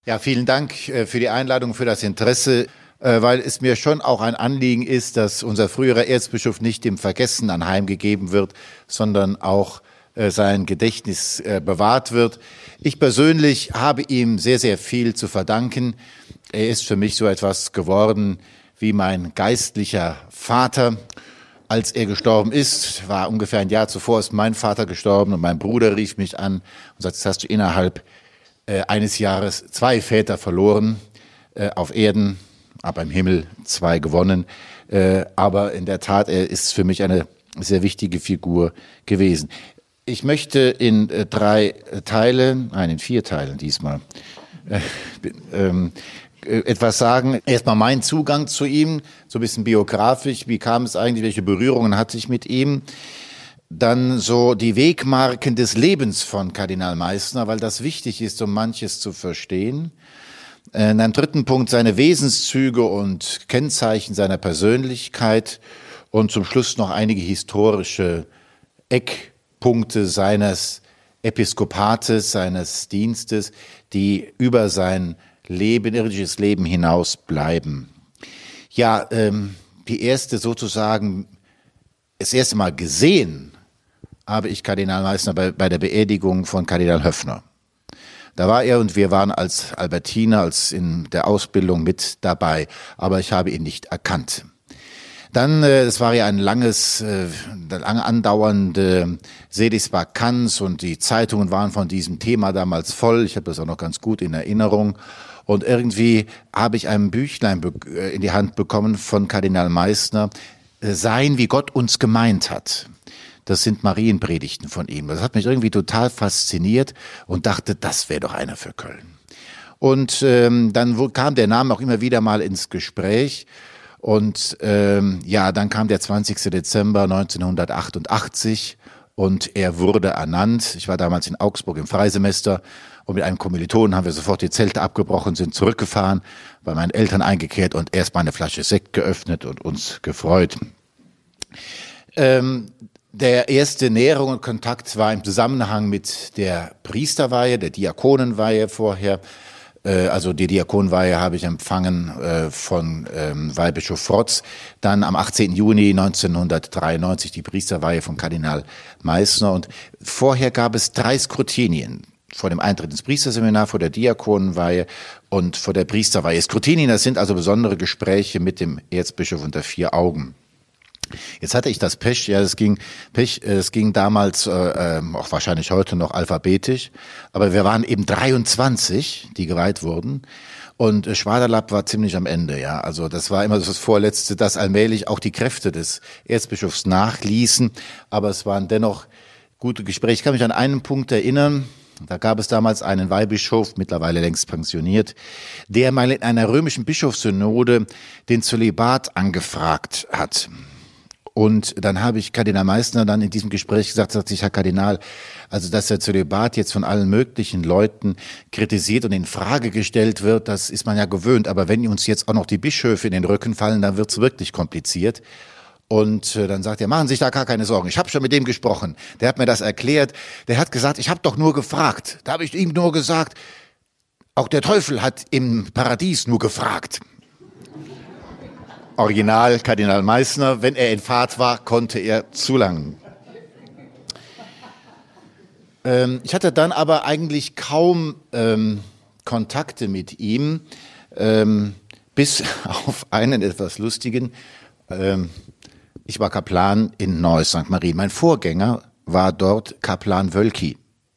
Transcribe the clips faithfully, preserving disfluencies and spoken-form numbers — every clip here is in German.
Ja, vielen Dank äh, für die Einladung, für das Interesse, äh, weil es mir schon auch ein Anliegen ist, dass unser früherer Erzbischof nicht dem Vergessen anheimgegeben wird, sondern auch äh, sein Gedächtnis äh, bewahrt wird. Ich persönlich habe ihm sehr, sehr viel zu verdanken. Er ist für mich so etwas geworden wie mein geistlicher Vater. Als er gestorben ist, war ungefähr ein Jahr zuvor, ist mein Vater gestorben und mein Bruder rief mich an und sagte, jetzt hast du innerhalb äh, eines Jahres zwei Väter verloren, äh, auf Erden, aber im Himmel zwei gewonnen. Äh, aber in der Tat, er ist für mich eine sehr wichtige Figur gewesen. Ich möchte in äh, drei Teile, nein, in vier Teilen diesmal, äh, ähm, etwas sagen. Erstmal mein Zugang zu ihm, so ein bisschen biografisch, wie kam es eigentlich, welche Berührungen hatte ich mit ihm. Dann so die Wegmarken des Lebens von Kardinal Meissner, weil das wichtig ist, um manches zu verstehen. In einem dritten Punkt seine Wesenszüge und Kennzeichen seiner Persönlichkeit und zum Schluss noch einige historische Eckpunkte seines Episkopates, seines Dienstes, die über sein Leben, irdisches Leben hinaus bleiben. Ja, ähm, die erste sozusagen, das erste Mal gesehen habe ich Kardinal Meissner bei, bei der Beerdigung von Kardinal Höffner. Da war er und wir waren als Albertiner, als in der Ausbildung mit dabei, aber ich habe ihn nicht erkannt. Dann, äh, es war ja ein langes, äh, lange andauernde Sedisvakanz und die Zeitungen waren von diesem Thema damals voll. Ich habe das auch noch ganz gut in Erinnerung. Und irgendwie habe ich ein Büchlein in die Hand bekommen von Kardinal Meissner, Sein, wie Gott uns gemeint hat. Das sind Marienpredigten von ihm. Das hat mich irgendwie total fasziniert und dachte, das wäre doch einer für Köln. Und ähm, dann kam der Name auch immer wieder mal ins Gespräch. Und ähm, ja, dann kam der zwanzigster Dezember neunzehnhundertachtundachtzig und er wurde ernannt. Ich war damals in Augsburg im Freisemester und mit einem Kommilitonen haben wir sofort die Zelte abgebrochen, sind zurückgefahren, bei meinen Eltern eingekehrt und erst mal eine Flasche Sekt geöffnet und uns gefreut. Ähm, der erste Näherung und Kontakt war im Zusammenhang mit der Priesterweihe, der Diakonenweihe vorher. Also die Diakonenweihe habe ich empfangen äh, von ähm, Weihbischof Frotz. Dann am achtzehnten Juni neunzehnhundertdreiundneunzig die Priesterweihe von Kardinal Meissner. Und vorher gab es drei Skrutinien. Vor dem Eintritt ins Priesterseminar, vor der Diakonenweihe und vor der Priesterweihe. Skrutinien, das sind also besondere Gespräche mit dem Erzbischof unter vier Augen. Jetzt hatte ich das Pech, ja, es ging Pech, es ging damals, äh, auch wahrscheinlich heute noch alphabetisch, aber wir waren eben dreiundzwanzig, die geweiht wurden. Und Schwaderlapp war ziemlich am Ende, ja. Also das war immer das Vorletzte, dass allmählich auch die Kräfte des Erzbischofs nachließen. Aber es waren dennoch gute Gespräche. Ich kann mich an einen Punkt erinnern. Da gab es damals einen Weihbischof, mittlerweile längst pensioniert, der mal in einer römischen Bischofssynode den Zölibat angefragt hat. Und dann habe ich Kardinal Meissner dann in diesem Gespräch gesagt, sagt sich, Herr Kardinal, also dass der Zölibat jetzt von allen möglichen Leuten kritisiert und in Frage gestellt wird, das ist man ja gewöhnt. Aber wenn uns jetzt auch noch die Bischöfe in den Rücken fallen, dann wird's wirklich kompliziert. Und äh, dann sagt er, machen Sie sich da gar keine Sorgen. Ich habe schon mit dem gesprochen. Der hat mir das erklärt. Der hat gesagt, ich habe doch nur gefragt. Da habe ich ihm nur gesagt, auch der Teufel hat im Paradies nur gefragt. Original Kardinal Meissner, wenn er in Fahrt war, konnte er zulangen. Ähm, ich hatte dann aber eigentlich kaum ähm, Kontakte mit ihm, ähm, bis auf einen etwas lustigen. Ähm, ich war Kaplan in Neuss Sankt Marien. Mein Vorgänger war dort Kaplan Wölki.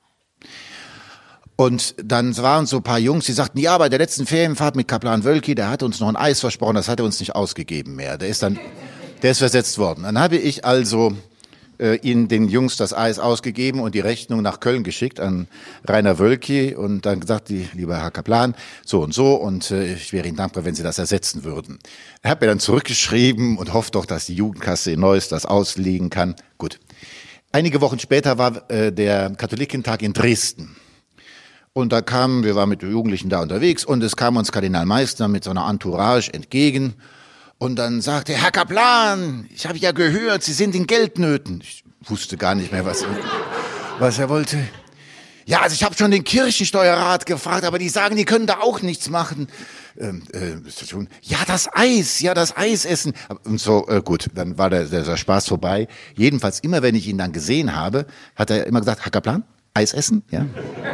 Und dann waren so ein paar Jungs, die sagten, ja, bei der letzten Ferienfahrt mit Kaplan Wölki, der hat uns noch ein Eis versprochen, das hat er uns nicht ausgegeben mehr. Der ist dann, der ist versetzt worden. Dann habe ich also äh, ihnen, den Jungs, das Eis ausgegeben und die Rechnung nach Köln geschickt an Rainer Wölki und dann gesagt, die, lieber Herr Kaplan, so und so und äh, ich wäre Ihnen dankbar, wenn Sie das ersetzen würden. Er hat mir dann zurückgeschrieben und hofft doch, dass die Jugendkasse in Neuss das ausliegen kann. Gut. Einige Wochen später war äh, der Katholikentag in Dresden. Und da kamen, wir waren mit den Jugendlichen da unterwegs und es kam uns Kardinal Meissner mit so einer Entourage entgegen und dann sagte er, Herr Kaplan, ich habe ja gehört, Sie sind in Geldnöten. Ich wusste gar nicht mehr, was, was er wollte. Ja, also ich habe schon den Kirchensteuerrat gefragt, aber die sagen, die können da auch nichts machen. Ähm, äh, ja, das Eis, ja, das Eis essen. Und so, äh, gut, dann war der, der, der Spaß vorbei. Jedenfalls, immer wenn ich ihn dann gesehen habe, hat er immer gesagt, Herr Kaplan, Eis essen? Ja.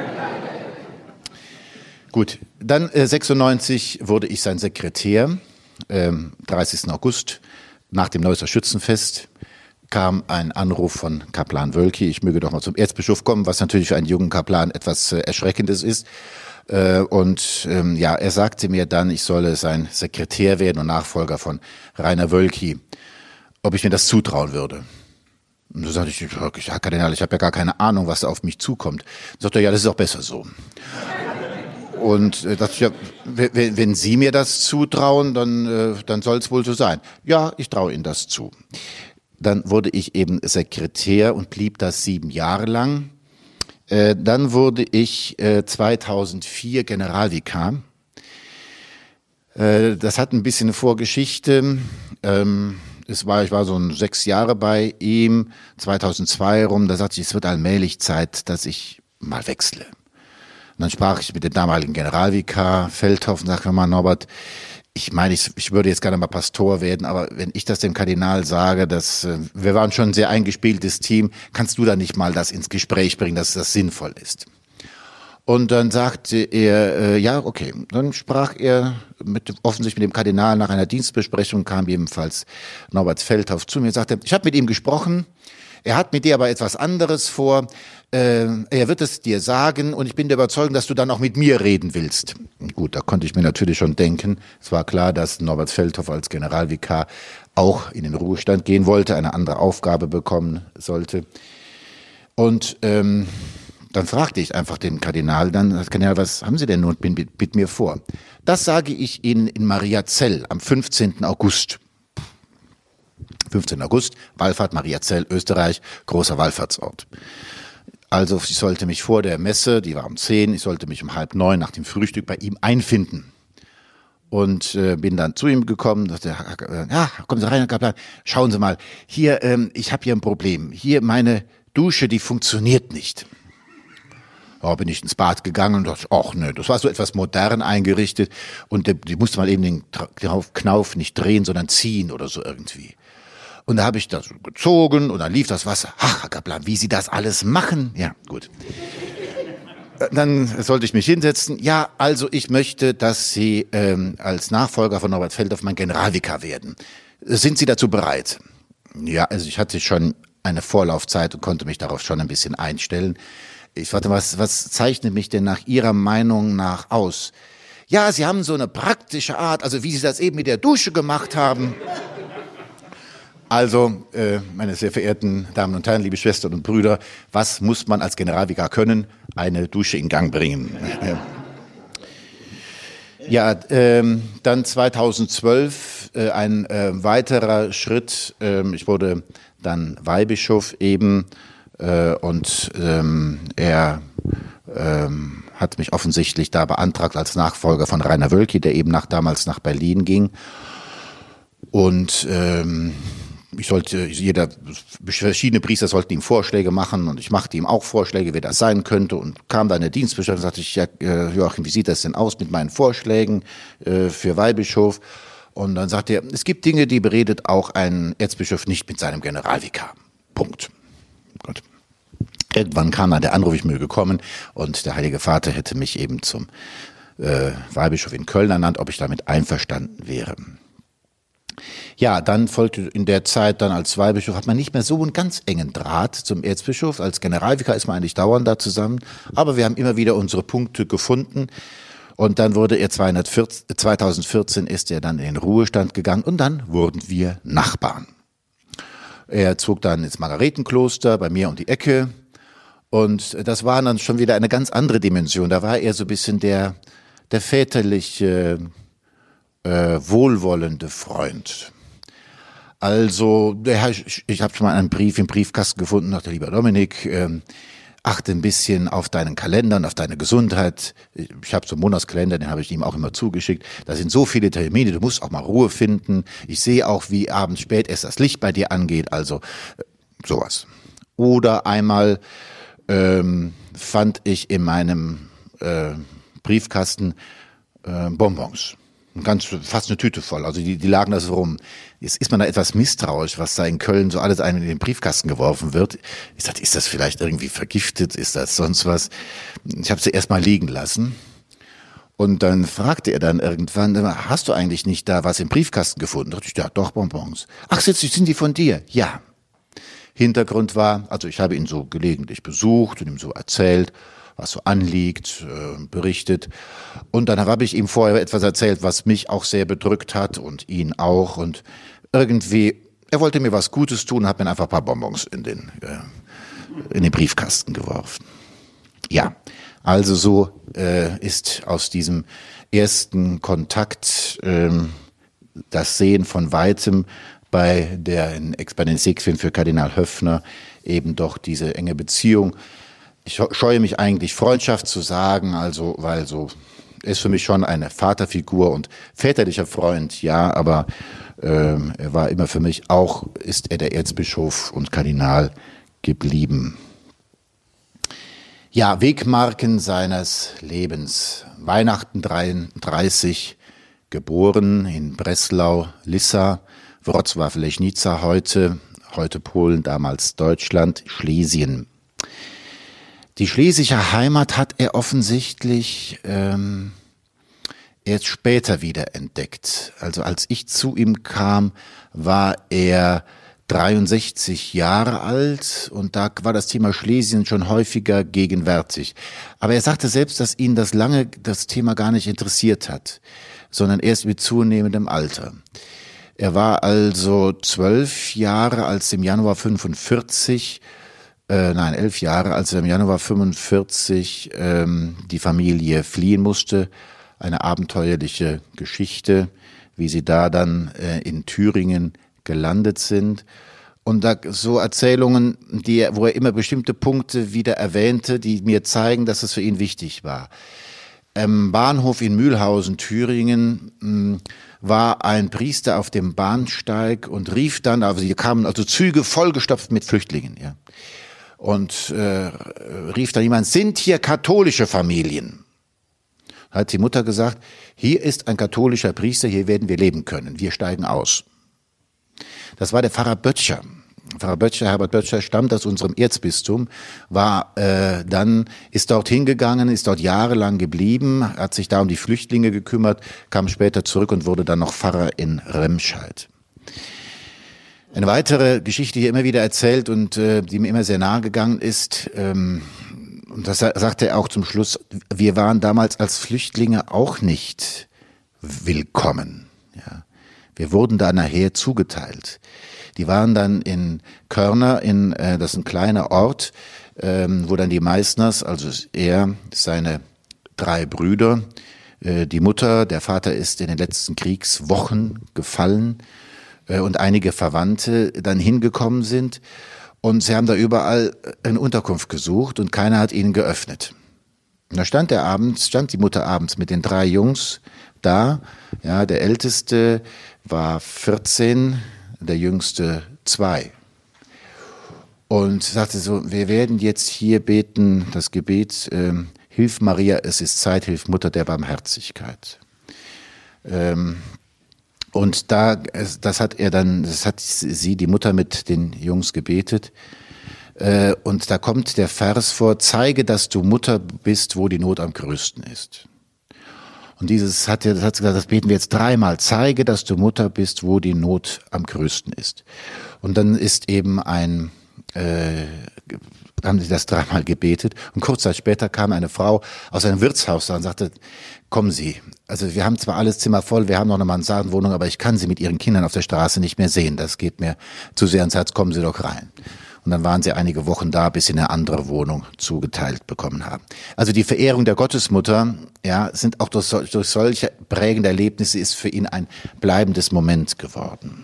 Gut, dann äh, sechsundneunzig wurde ich sein Sekretär, ähm, dreißigsten August, nach dem Neusser Schützenfest, kam ein Anruf von Kaplan Wölki, ich möge doch mal zum Erzbischof kommen, was natürlich für einen jungen Kaplan etwas äh, Erschreckendes ist. Äh, und ähm, ja, er sagte mir dann, ich solle sein Sekretär werden und Nachfolger von Rainer Wölki, ob ich mir das zutrauen würde. Und so sagte ich, ja, Kardinal, ich habe ja gar keine Ahnung, was da auf mich zukommt. Dann sagte er, ja, das ist auch besser so. Und äh, dachte ich, ja, wenn, wenn Sie mir das zutrauen, dann, äh, dann soll es wohl so sein. Ja, ich traue Ihnen das zu. Dann wurde ich eben Sekretär und blieb das sieben Jahre lang. Äh, dann wurde ich äh, zweitausendvier Generalvikar. Äh, das hat ein bisschen eine Vorgeschichte. Ähm, es war, ich war so ein sechs Jahre bei ihm, zweitausendzwei rum. Da sagte ich, es wird allmählich Zeit, dass ich mal wechsle. Und dann sprach ich mit dem damaligen Generalvikar Feldhoff und sagte mal, Norbert, ich meine, ich, ich würde jetzt gerne mal Pastor werden, aber wenn ich das dem Kardinal sage, dass äh, wir waren schon ein sehr eingespieltes Team, kannst du da nicht mal das ins Gespräch bringen, dass das sinnvoll ist? Und dann sagte er, äh, ja, okay. Dann sprach er mit, offensichtlich mit dem Kardinal nach einer Dienstbesprechung, kam jedenfalls Norbert Feldhoff zu mir und sagte, ich habe mit ihm gesprochen, er hat mit dir aber etwas anderes vor, äh, er wird es dir sagen und ich bin der Überzeugung, dass du dann auch mit mir reden willst. Gut, da konnte ich mir natürlich schon denken, es war klar, dass Norbert Feldhoff als Generalvikar auch in den Ruhestand gehen wollte, eine andere Aufgabe bekommen sollte. Und ähm, dann fragte ich einfach den Kardinal, dann, Kardinal, was haben Sie denn nun mit, mit mir vor? Das sage ich Ihnen in Mariazell am fünfzehnten August. fünfzehnten August, Wallfahrt, Mariazell, Österreich, großer Wallfahrtsort. Also ich sollte mich vor der Messe, die war um zehn, ich sollte mich um halb neun nach dem Frühstück bei ihm einfinden. Und äh, bin dann zu ihm gekommen, dachte, ja, kommen Sie rein, Herr Kaplan, schauen Sie mal, hier, ähm, ich habe hier ein Problem. Hier meine Dusche, die funktioniert nicht. Ja, bin ich ins Bad gegangen und dachte, ach ne, das war so etwas modern eingerichtet und die, die musste mal eben den Knauf nicht drehen, sondern ziehen oder so irgendwie. Und da habe ich das gezogen und dann lief das Wasser. Ach, Herr Kaplan, wie Sie das alles machen? Ja, gut. Dann sollte ich mich hinsetzen. Ja, also ich möchte, dass Sie ähm, als Nachfolger von Norbert Feldhoff mein Generalvikar werden. Sind Sie dazu bereit? Ja, also ich hatte schon eine Vorlaufzeit und konnte mich darauf schon ein bisschen einstellen. Ich warte, was, was zeichnet mich denn nach Ihrer Meinung nach aus? Ja, Sie haben so eine praktische Art, also wie Sie das eben mit der Dusche gemacht haben. Also, äh, meine sehr verehrten Damen und Herren, liebe Schwestern und Brüder, was muss man als Generalvikar können? Eine Dusche in Gang bringen. Ja, ähm, dann zweitausendzwölf äh, ein äh, weiterer Schritt. Ähm, ich wurde dann Weihbischof eben äh, und ähm, er ähm, hat mich offensichtlich da beantragt als Nachfolger von Rainer Wölki, der eben nach, damals nach Berlin ging. Und ähm, ich sollte, jeder, verschiedene Priester sollten ihm Vorschläge machen und ich machte ihm auch Vorschläge, wer das sein könnte und kam da eine Dienstbesprechung und sagte ich, ja, Joachim, wie sieht das denn aus mit meinen Vorschlägen äh, für Weihbischof? Und dann sagte er, es gibt Dinge, die beredet auch ein Erzbischof nicht mit seinem Generalvikar. Punkt. Gut. Irgendwann kam dann der Anruf, ich möge kommen und der Heilige Vater hätte mich eben zum äh, Weihbischof in Köln ernannt, ob ich damit einverstanden wäre. Ja, dann folgte in der Zeit dann als Weihbischof, hat man nicht mehr so einen ganz engen Draht zum Erzbischof. Als Generalvikar ist man eigentlich dauernd da zusammen. Aber wir haben immer wieder unsere Punkte gefunden. Und dann wurde er zweitausendvierzehn ist er dann in den Ruhestand gegangen und dann wurden wir Nachbarn. Er zog dann ins Margaretenkloster bei mir um die Ecke. Und das war dann schon wieder eine ganz andere Dimension. Da war er so ein bisschen der, der väterliche, äh, wohlwollende Freund. Also, der, ich, ich habe schon mal einen Brief im Briefkasten gefunden, dachte, lieber Dominik, ähm, achte ein bisschen auf deinen Kalender und auf deine Gesundheit. Ich habe so einen Monatskalender, den habe ich ihm auch immer zugeschickt. Da sind so viele Termine, du musst auch mal Ruhe finden. Ich sehe auch, wie abends spät erst das Licht bei dir angeht, also äh, sowas. Oder einmal ähm, fand ich in meinem äh, Briefkasten äh, Bonbons. Ganz, fast eine Tüte voll, also die, die lagen da so rum. Jetzt ist man da etwas misstrauisch, was da in Köln so alles einem in den Briefkasten geworfen wird. Ich sagte, ist das vielleicht irgendwie vergiftet, ist das sonst was? Ich habe sie erst mal liegen lassen. Und dann fragte er dann irgendwann, hast du eigentlich nicht da was im Briefkasten gefunden? Da dachte ich, ja, doch, Bonbons. Ach, sind die von dir? Ja. Hintergrund war, also ich habe ihn so gelegentlich besucht und ihm so erzählt, was so anliegt, äh, berichtet. Und dann habe ich ihm vorher etwas erzählt, was mich auch sehr bedrückt hat und ihn auch. Und irgendwie, er wollte mir was Gutes tun, hat mir einfach ein paar Bonbons in den, äh, in den Briefkasten geworfen. Ja, also so äh, ist aus diesem ersten Kontakt äh, das Sehen von Weitem bei der bei den Sequien für Kardinal Höffner eben doch diese enge Beziehung. Ich scheue mich eigentlich, Freundschaft zu sagen, also, weil so, er ist für mich schon eine Vaterfigur und väterlicher Freund, ja, aber ähm, er war immer für mich auch, ist er der Erzbischof und Kardinal geblieben. Ja, Wegmarken seines Lebens. Weihnachten dreiunddreißig, geboren in Breslau-Lissa, Wrocław-Leśnica heute, heute Polen, damals Deutschland, Schlesien. Die schlesische Heimat hat er offensichtlich ähm, erst später wieder entdeckt. Also als ich zu ihm kam, war er dreiundsechzig Jahre alt und da war das Thema Schlesien schon häufiger gegenwärtig. Aber er sagte selbst, dass ihn das lange das Thema gar nicht interessiert hat, sondern erst mit zunehmendem Alter. Er war also zwölf Jahre, als im Januar fünfundvierzig Äh, nein, elf Jahre, als er im Januar fünfundvierzig ähm, die Familie fliehen musste. Eine abenteuerliche Geschichte, wie sie da dann äh, in Thüringen gelandet sind. Und da so Erzählungen, die er, wo er immer bestimmte Punkte wieder erwähnte, die mir zeigen, dass es für ihn wichtig war. Am Bahnhof in Mühlhausen, Thüringen, mh, war ein Priester auf dem Bahnsteig und rief dann, also hier kamen also Züge vollgestopft mit Flüchtlingen, ja. Und äh, rief dann jemand, sind hier katholische Familien? Hat die Mutter gesagt, hier ist ein katholischer Priester, hier werden wir leben können, wir steigen aus. Das war der Pfarrer Böttcher. Pfarrer Böttcher, Herbert Böttcher, stammt aus unserem Erzbistum, war äh, dann, ist dort hingegangen, ist dort jahrelang geblieben, hat sich da um die Flüchtlinge gekümmert, kam später zurück und wurde dann noch Pfarrer in Remscheid. Eine weitere Geschichte, die er immer wieder erzählt und äh, die mir immer sehr nahe gegangen ist, ähm, und das sagte er auch zum Schluss, wir waren damals als Flüchtlinge auch nicht willkommen. Ja. Wir wurden da nachher zugeteilt. Die waren dann in Körner, in, äh, das ist ein kleiner Ort, ähm, wo dann die Meißners, also er, seine drei Brüder, äh, die Mutter, der Vater ist in den letzten Kriegswochen gefallen, und einige Verwandte dann hingekommen sind und sie haben da überall eine Unterkunft gesucht und keiner hat ihnen geöffnet. Und da stand der abends, stand die Mutter abends mit den drei Jungs da, ja, der Älteste war vierzehn, der Jüngste zwei. Und sagte so, wir werden jetzt hier beten, das Gebet, ähm, Hilf Maria, es ist Zeit, hilf Mutter der Barmherzigkeit. Ähm, Und da, das hat er dann, das hat sie, die Mutter, mit den Jungs gebetet. Und da kommt der Vers vor, zeige, dass du Mutter bist, wo die Not am größten ist. Und dieses hat er, das hat gesagt, das beten wir jetzt dreimal. Zeige, dass du Mutter bist, wo die Not am größten ist. Und dann ist eben ein, äh, haben sie das dreimal gebetet. Und kurz Zeit später kam eine Frau aus einem Wirtshaus da und sagte, kommen Sie. Also wir haben zwar alles Zimmer voll, wir haben noch eine Mansardenwohnung, aber ich kann Sie mit Ihren Kindern auf der Straße nicht mehr sehen. Das geht mir zu sehr ans Herz, kommen Sie doch rein. Und dann waren sie einige Wochen da, bis sie eine andere Wohnung zugeteilt bekommen haben. Also die Verehrung der Gottesmutter, ja, sind auch durch, durch solche prägende Erlebnisse ist für ihn ein bleibendes Moment geworden.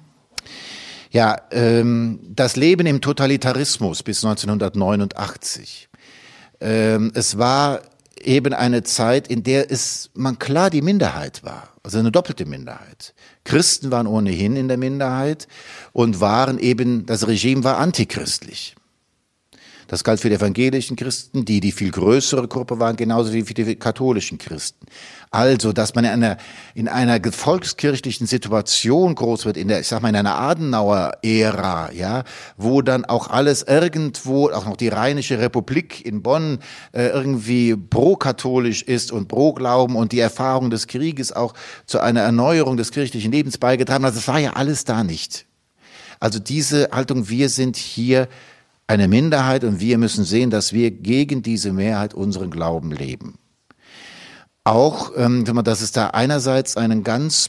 Ja, ähm, das Leben im Totalitarismus bis neunzehnhundertneunundachtzig. Ähm, es war eben eine Zeit, in der es man klar die Minderheit war, also eine doppelte Minderheit. Christen waren ohnehin in der Minderheit und waren eben, das Regime war antichristlich. Das galt für die evangelischen Christen, die die viel größere Gruppe waren, genauso wie für die katholischen Christen. Also, dass man in einer, in einer volkskirchlichen Situation groß wird, in der, ich sag mal, in einer Adenauer Ära, ja, wo dann auch alles irgendwo, auch noch die Rheinische Republik in Bonn, äh, irgendwie pro-katholisch ist und pro-Glauben und die Erfahrung des Krieges auch zu einer Erneuerung des kirchlichen Lebens beigetragen hat. Das war ja alles da nicht. Also diese Haltung, wir sind hier eine Minderheit und wir müssen sehen, dass wir gegen diese Mehrheit unseren Glauben leben. Auch, ähm, dass es da einerseits einen ganz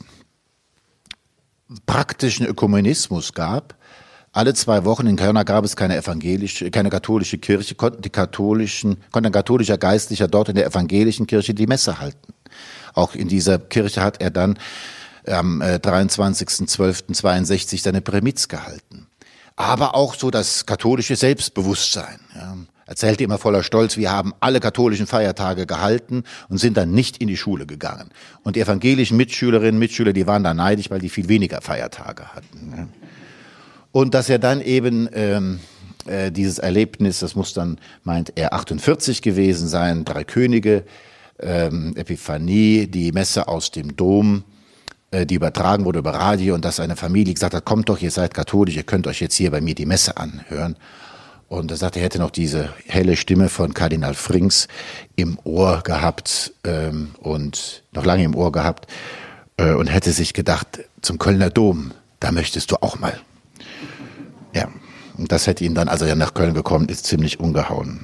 praktischen Ökumenismus gab. Alle zwei Wochen in Köln gab es keine evangelische, keine katholische Kirche, konnten die katholischen, konnte ein katholischer Geistlicher dort in der evangelischen Kirche die Messe halten. Auch in dieser Kirche hat er dann am äh, dreiundzwanzigsten zwölften zweiundsechzig seine Prämitz gehalten. Aber auch so das katholische Selbstbewusstsein. Ja. Erzählte immer voller Stolz, wir haben alle katholischen Feiertage gehalten und sind dann nicht in die Schule gegangen. Und die evangelischen Mitschülerinnen und Mitschüler, die waren da neidisch, weil die viel weniger Feiertage hatten. Ja. Und dass er dann eben ähm, äh, dieses Erlebnis, das muss dann, meint er, achtundvierzig gewesen sein, Drei Könige, ähm, Epiphanie, die Messe aus dem Dom, die übertragen wurde über Radio und dass eine Familie gesagt hat, kommt doch, ihr seid katholisch, ihr könnt euch jetzt hier bei mir die Messe anhören. Und er sagte, er hätte noch diese helle Stimme von Kardinal Frings im Ohr gehabt ähm, und noch lange im Ohr gehabt äh, und hätte sich gedacht, zum Kölner Dom, da möchtest du auch mal. Ja, und das hätte ihn dann, als er nach Köln gekommen ist, ziemlich umgehauen.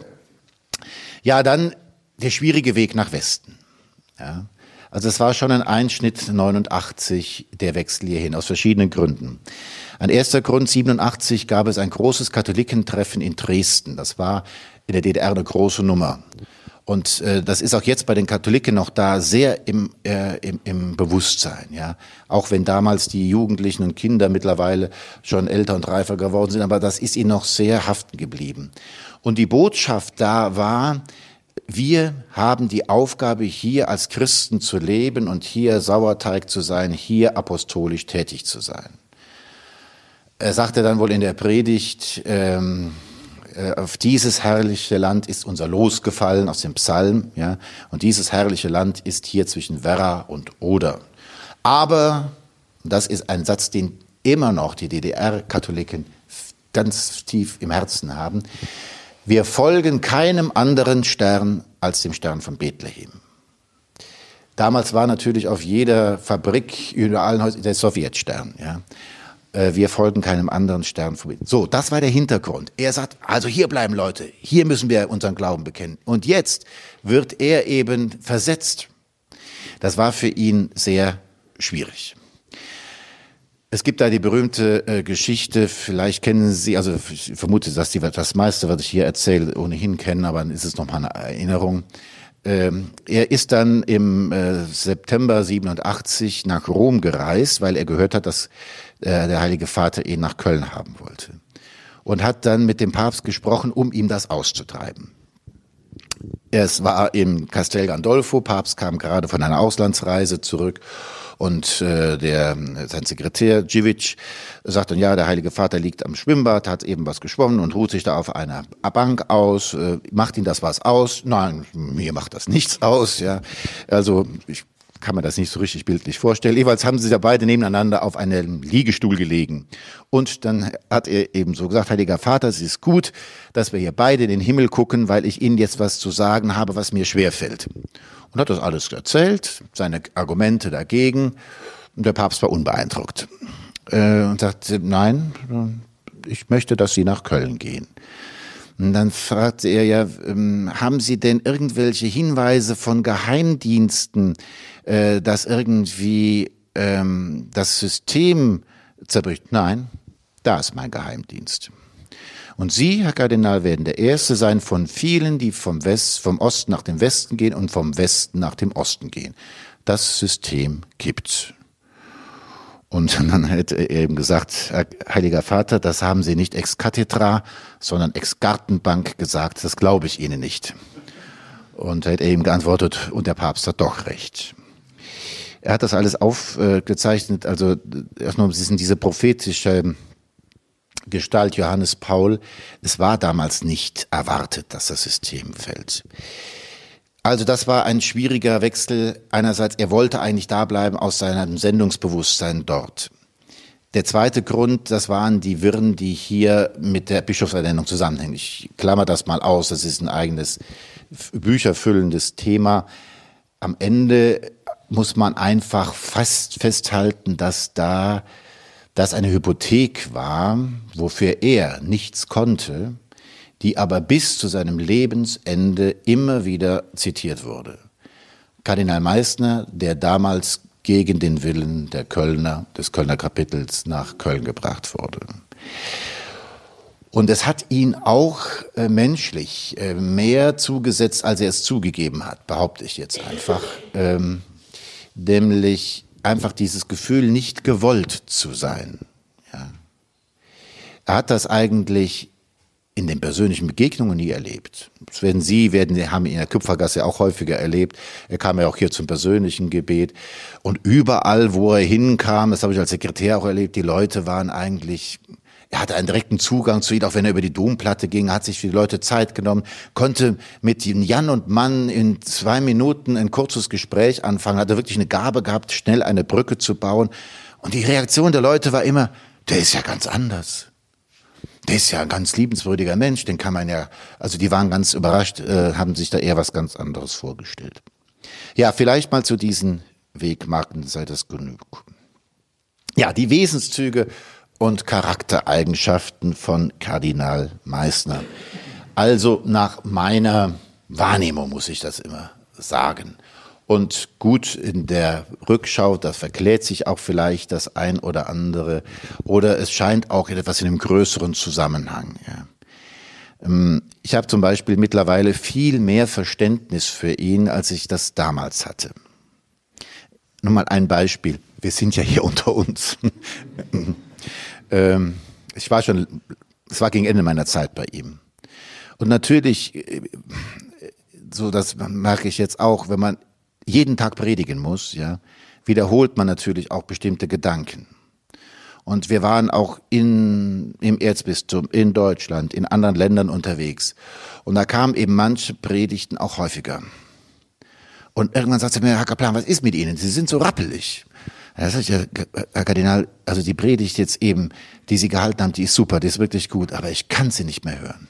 Ja, dann der schwierige Weg nach Westen. Ja. Also es war schon ein Einschnitt neunundachtzig, der Wechsel hierhin, aus verschiedenen Gründen. Ein erster Grund, siebenundachtzig gab es ein großes Katholikentreffen in Dresden. Das war in der D D R eine große Nummer. Und äh, das ist auch jetzt bei den Katholiken noch da sehr im, äh, im, im Bewusstsein. Ja, auch wenn damals die Jugendlichen und Kinder mittlerweile schon älter und reifer geworden sind, aber das ist ihnen noch sehr haften geblieben. Und die Botschaft da war, wir haben die Aufgabe, hier als Christen zu leben und hier Sauerteig zu sein, hier apostolisch tätig zu sein. Er sagte dann wohl in der Predigt, ähm, äh, auf dieses herrliche Land ist unser Los gefallen, aus dem Psalm, ja, und dieses herrliche Land ist hier zwischen Werra und Oder. Aber, das ist ein Satz, den immer noch die D D R-Katholiken ganz tief im Herzen haben, wir folgen keinem anderen Stern als dem Stern von Bethlehem. Damals war natürlich auf jeder Fabrik, überall der Sowjetstern. Ja. Wir folgen keinem anderen Stern. So, das war der Hintergrund. Er sagt, also hier bleiben Leute, hier müssen wir unseren Glauben bekennen. Und jetzt wird er eben versetzt. Das war für ihn sehr schwierig. Es gibt da die berühmte äh, Geschichte, vielleicht kennen Sie, also ich vermute, dass die, das meiste, was ich hier erzähle, ohnehin kennen, aber dann ist es nochmal eine Erinnerung. Ähm, er ist dann im äh, September siebenundachtzig nach Rom gereist, weil er gehört hat, dass äh, der Heilige Vater ihn nach Köln haben wollte. Und hat dann mit dem Papst gesprochen, um ihm das auszutreiben. Es war im Castel Gandolfo, Papst kam gerade von einer Auslandsreise zurück. Und äh, der sein Sekretär Dziwisz sagt dann, ja, der Heilige Vater liegt am Schwimmbad, hat eben was geschwommen und ruht sich da auf einer Bank aus. Äh, macht ihn das was aus? Nein, mir macht das nichts aus. Ja, also ich kann mir das nicht so richtig bildlich vorstellen. Jeweils haben sie da beide nebeneinander auf einem Liegestuhl gelegen. Und dann hat er eben so gesagt, Heiliger Vater, es ist gut, dass wir hier beide in den Himmel gucken, weil ich Ihnen jetzt was zu sagen habe, was mir schwerfällt. Und hat das alles erzählt, seine Argumente dagegen. Und der Papst war unbeeindruckt. Äh, und sagte, nein, ich möchte, dass Sie nach Köln gehen. Und dann fragte er ja, ähm, haben Sie denn irgendwelche Hinweise von Geheimdiensten, äh, dass irgendwie ähm, das System zerbricht? Nein, da ist mein Geheimdienst. Und Sie, Herr Kardinal, werden der Erste sein von vielen, die vom West, vom Osten nach dem Westen gehen und vom Westen nach dem Osten gehen. Das System kippt. Und dann hat er eben gesagt, Herr Heiliger Vater, das haben Sie nicht ex cathedra, sondern ex Gartenbank gesagt, das glaube ich Ihnen nicht. Und er hat eben geantwortet, und der Papst hat doch recht. Er hat das alles aufgezeichnet, also erstmal diese prophetische Gestalt Johannes Paul, es war damals nicht erwartet, dass das System fällt. Also das war ein schwieriger Wechsel. Einerseits, er wollte eigentlich da bleiben aus seinem Sendungsbewusstsein dort. Der zweite Grund, das waren die Wirren, die hier mit der Bischofsernennung zusammenhängen. Ich klammer das mal aus, das ist ein eigenes bücherfüllendes Thema. Am Ende muss man einfach fast festhalten, dass da das eine Hypothek war, wofür er nichts konnte, die aber bis zu seinem Lebensende immer wieder zitiert wurde. Kardinal Meissner, der damals gegen den Willen der Kölner, des Kölner Kapitels nach Köln gebracht wurde. Und es hat ihn auch äh, menschlich äh, mehr zugesetzt, als er es zugegeben hat, behaupte ich jetzt einfach. Ähm, nämlich einfach dieses Gefühl, nicht gewollt zu sein. Ja. Er hat das eigentlich in den persönlichen Begegnungen nie erlebt. Das werden Sie, werden, haben ihn in der Kupfergasse auch häufiger erlebt. Er kam ja auch hier zum persönlichen Gebet. Und überall, wo er hinkam, das habe ich als Sekretär auch erlebt, die Leute waren eigentlich, er hatte einen direkten Zugang zu ihnen, auch wenn er über die Domplatte ging, hat sich für die Leute Zeit genommen, konnte mit Jan und Mann in zwei Minuten ein kurzes Gespräch anfangen, hatte wirklich eine Gabe gehabt, schnell eine Brücke zu bauen. Und die Reaktion der Leute war immer, der ist ja ganz anders. Der ist ja ein ganz liebenswürdiger Mensch, den kann man ja, also die waren ganz überrascht, äh, haben sich da eher was ganz anderes vorgestellt. Ja, vielleicht mal zu diesen Wegmarken sei das genug. Ja, die Wesenszüge und Charaktereigenschaften von Kardinal Meissner. Also nach meiner Wahrnehmung muss ich das immer sagen. Und gut, in der Rückschau, da verklärt sich auch vielleicht das ein oder andere. Oder es scheint auch etwas in einem größeren Zusammenhang. Ja. Ich habe zum Beispiel mittlerweile viel mehr Verständnis für ihn, als ich das damals hatte. Nur mal ein Beispiel. Wir sind ja hier unter uns. Ich war schon, es war gegen Ende meiner Zeit bei ihm. Und natürlich, so das merke ich jetzt auch, wenn man jeden Tag predigen muss, ja, wiederholt man natürlich auch bestimmte Gedanken. Und wir waren auch in, im Erzbistum, in Deutschland, in anderen Ländern unterwegs. Und da kamen eben manche Predigten auch häufiger. Und irgendwann sagte mir, Herr Kaplan, was ist mit Ihnen? Sie sind so rappelig. Da sag ich, ja, Herr Kardinal, also die Predigt jetzt eben, die Sie gehalten haben, die ist super, die ist wirklich gut, aber ich kann sie nicht mehr hören.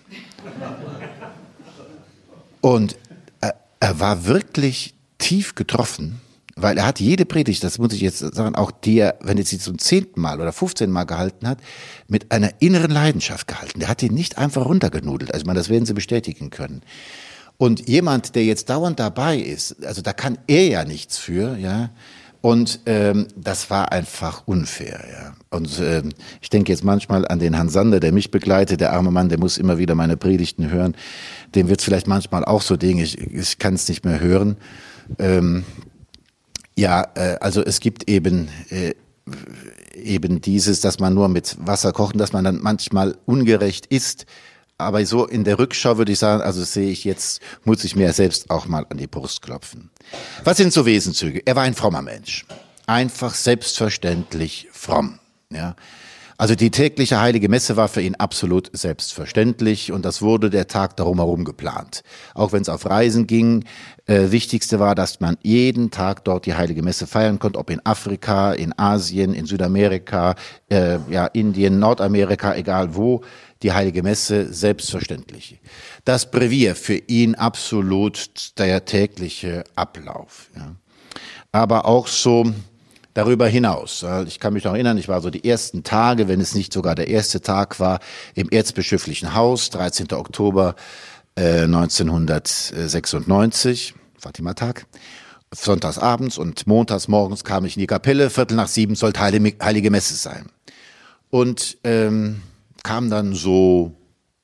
Und er, er war wirklich tief getroffen, weil er hat jede Predigt, das muss ich jetzt sagen, auch die er, wenn er sie zum zehnten Mal oder fünfzehnten Mal gehalten hat, mit einer inneren Leidenschaft gehalten. Der hat ihn nicht einfach runtergenudelt. Also ich meine, das werden Sie bestätigen können. Und jemand, der jetzt dauernd dabei ist, also da kann er ja nichts für, ja. Und ähm, das war einfach unfair, ja. Und ähm, ich denke jetzt manchmal an den Herrn Sander, der mich begleitet, der arme Mann, der muss immer wieder meine Predigten hören. Dem wird vielleicht manchmal auch so Dinge, ich, ich kann es nicht mehr hören. Ähm, ja, äh, also es gibt eben äh, eben dieses, dass man nur mit Wasser kocht, dass man dann manchmal ungerecht isst. Aber so in der Rückschau würde ich sagen, also sehe ich jetzt, muss ich mir selbst auch mal an die Brust klopfen. Was sind so Wesenszüge? Er war ein frommer Mensch. Einfach selbstverständlich fromm. Ja. Also die tägliche heilige Messe war für ihn absolut selbstverständlich und das wurde der Tag darum herum geplant. Auch wenn es auf Reisen ging, äh, wichtigste war, dass man jeden Tag dort die heilige Messe feiern konnte, ob in Afrika, in Asien, in Südamerika, äh, ja, Indien, Nordamerika, egal wo, die heilige Messe selbstverständlich. Das Brevier für ihn absolut der tägliche Ablauf. Ja. Aber auch so darüber hinaus. Ich kann mich noch erinnern, ich war so die ersten Tage, wenn es nicht sogar der erste Tag war, im Erzbischöflichen Haus, dreizehnten Oktober äh, neunzehnhundertsechsundneunzig, Fatima-Tag, sonntagsabends und montags morgens kam ich in die Kapelle, Viertel nach sieben sollte heilige Messe sein. Und ähm, kam dann so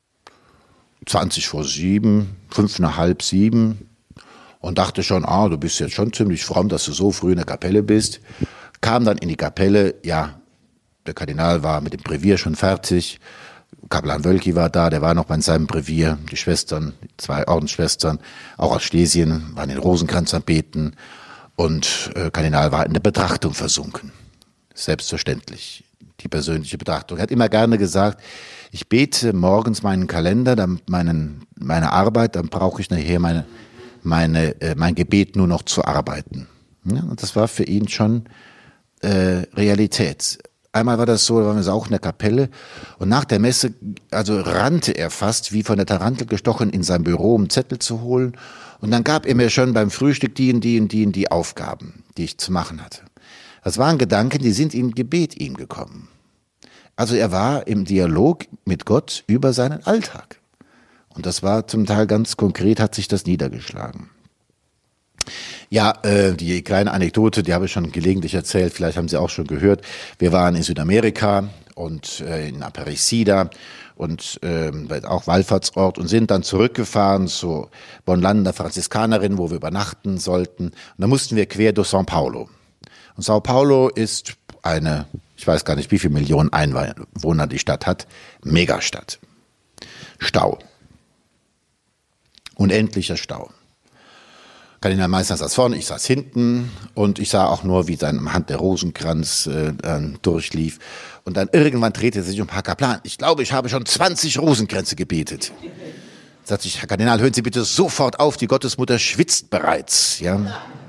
zwanzig vor sieben, fünf nach halb sieben und dachte schon, ah, du bist jetzt schon ziemlich fromm, dass du so früh in der Kapelle bist. Kam dann in die Kapelle, ja, der Kardinal war mit dem Brevier schon fertig, Kaplan Wölki war da, der war noch bei seinem Brevier, die Schwestern, die zwei Ordensschwestern, auch aus Schlesien, waren den Rosenkranz am Beten und äh, Kardinal war in der Betrachtung versunken. Selbstverständlich. die persönliche Betrachtung. Er hat immer gerne gesagt, ich bete morgens meinen Kalender, dann meinen, meine Arbeit, dann brauche ich nachher meine, meine, äh, mein Gebet nur noch zu arbeiten. Ja, und das war für ihn schon äh, Realität. Einmal war das so, da waren wir auch in der Kapelle und nach der Messe, also rannte er fast wie von der Tarantel gestochen in sein Büro, um Zettel zu holen. Und dann gab er mir schon beim Frühstück die und die und die und die Aufgaben, die ich zu machen hatte. Das waren Gedanken, die sind im Gebet ihm gekommen. Also er war im Dialog mit Gott über seinen Alltag. Und das war zum Teil ganz konkret, hat sich das niedergeschlagen. Ja, äh, die kleine Anekdote, die habe ich schon gelegentlich erzählt, vielleicht haben Sie auch schon gehört. Wir waren in Südamerika und äh, in Aparecida und äh, auch Wallfahrtsort und sind dann zurückgefahren zu Bonlande der Franziskanerin, wo wir übernachten sollten. Und da mussten wir quer durch São Paulo. Und São Paulo ist eine, ich weiß gar nicht, wie viele Millionen Einwohner die Stadt hat, Megastadt. Stau. Unendlicher Stau. Kardinal Meissner saß vorne, ich saß hinten und ich sah auch nur, wie seine Hand der Rosenkranz äh, durchlief. Und dann irgendwann drehte er sich um, Herr Kaplan, ich glaube, ich habe schon zwanzig Rosenkränze gebetet. Sagte ich, Herr Kardinal, hören Sie bitte sofort auf, die Gottesmutter schwitzt bereits. Ja.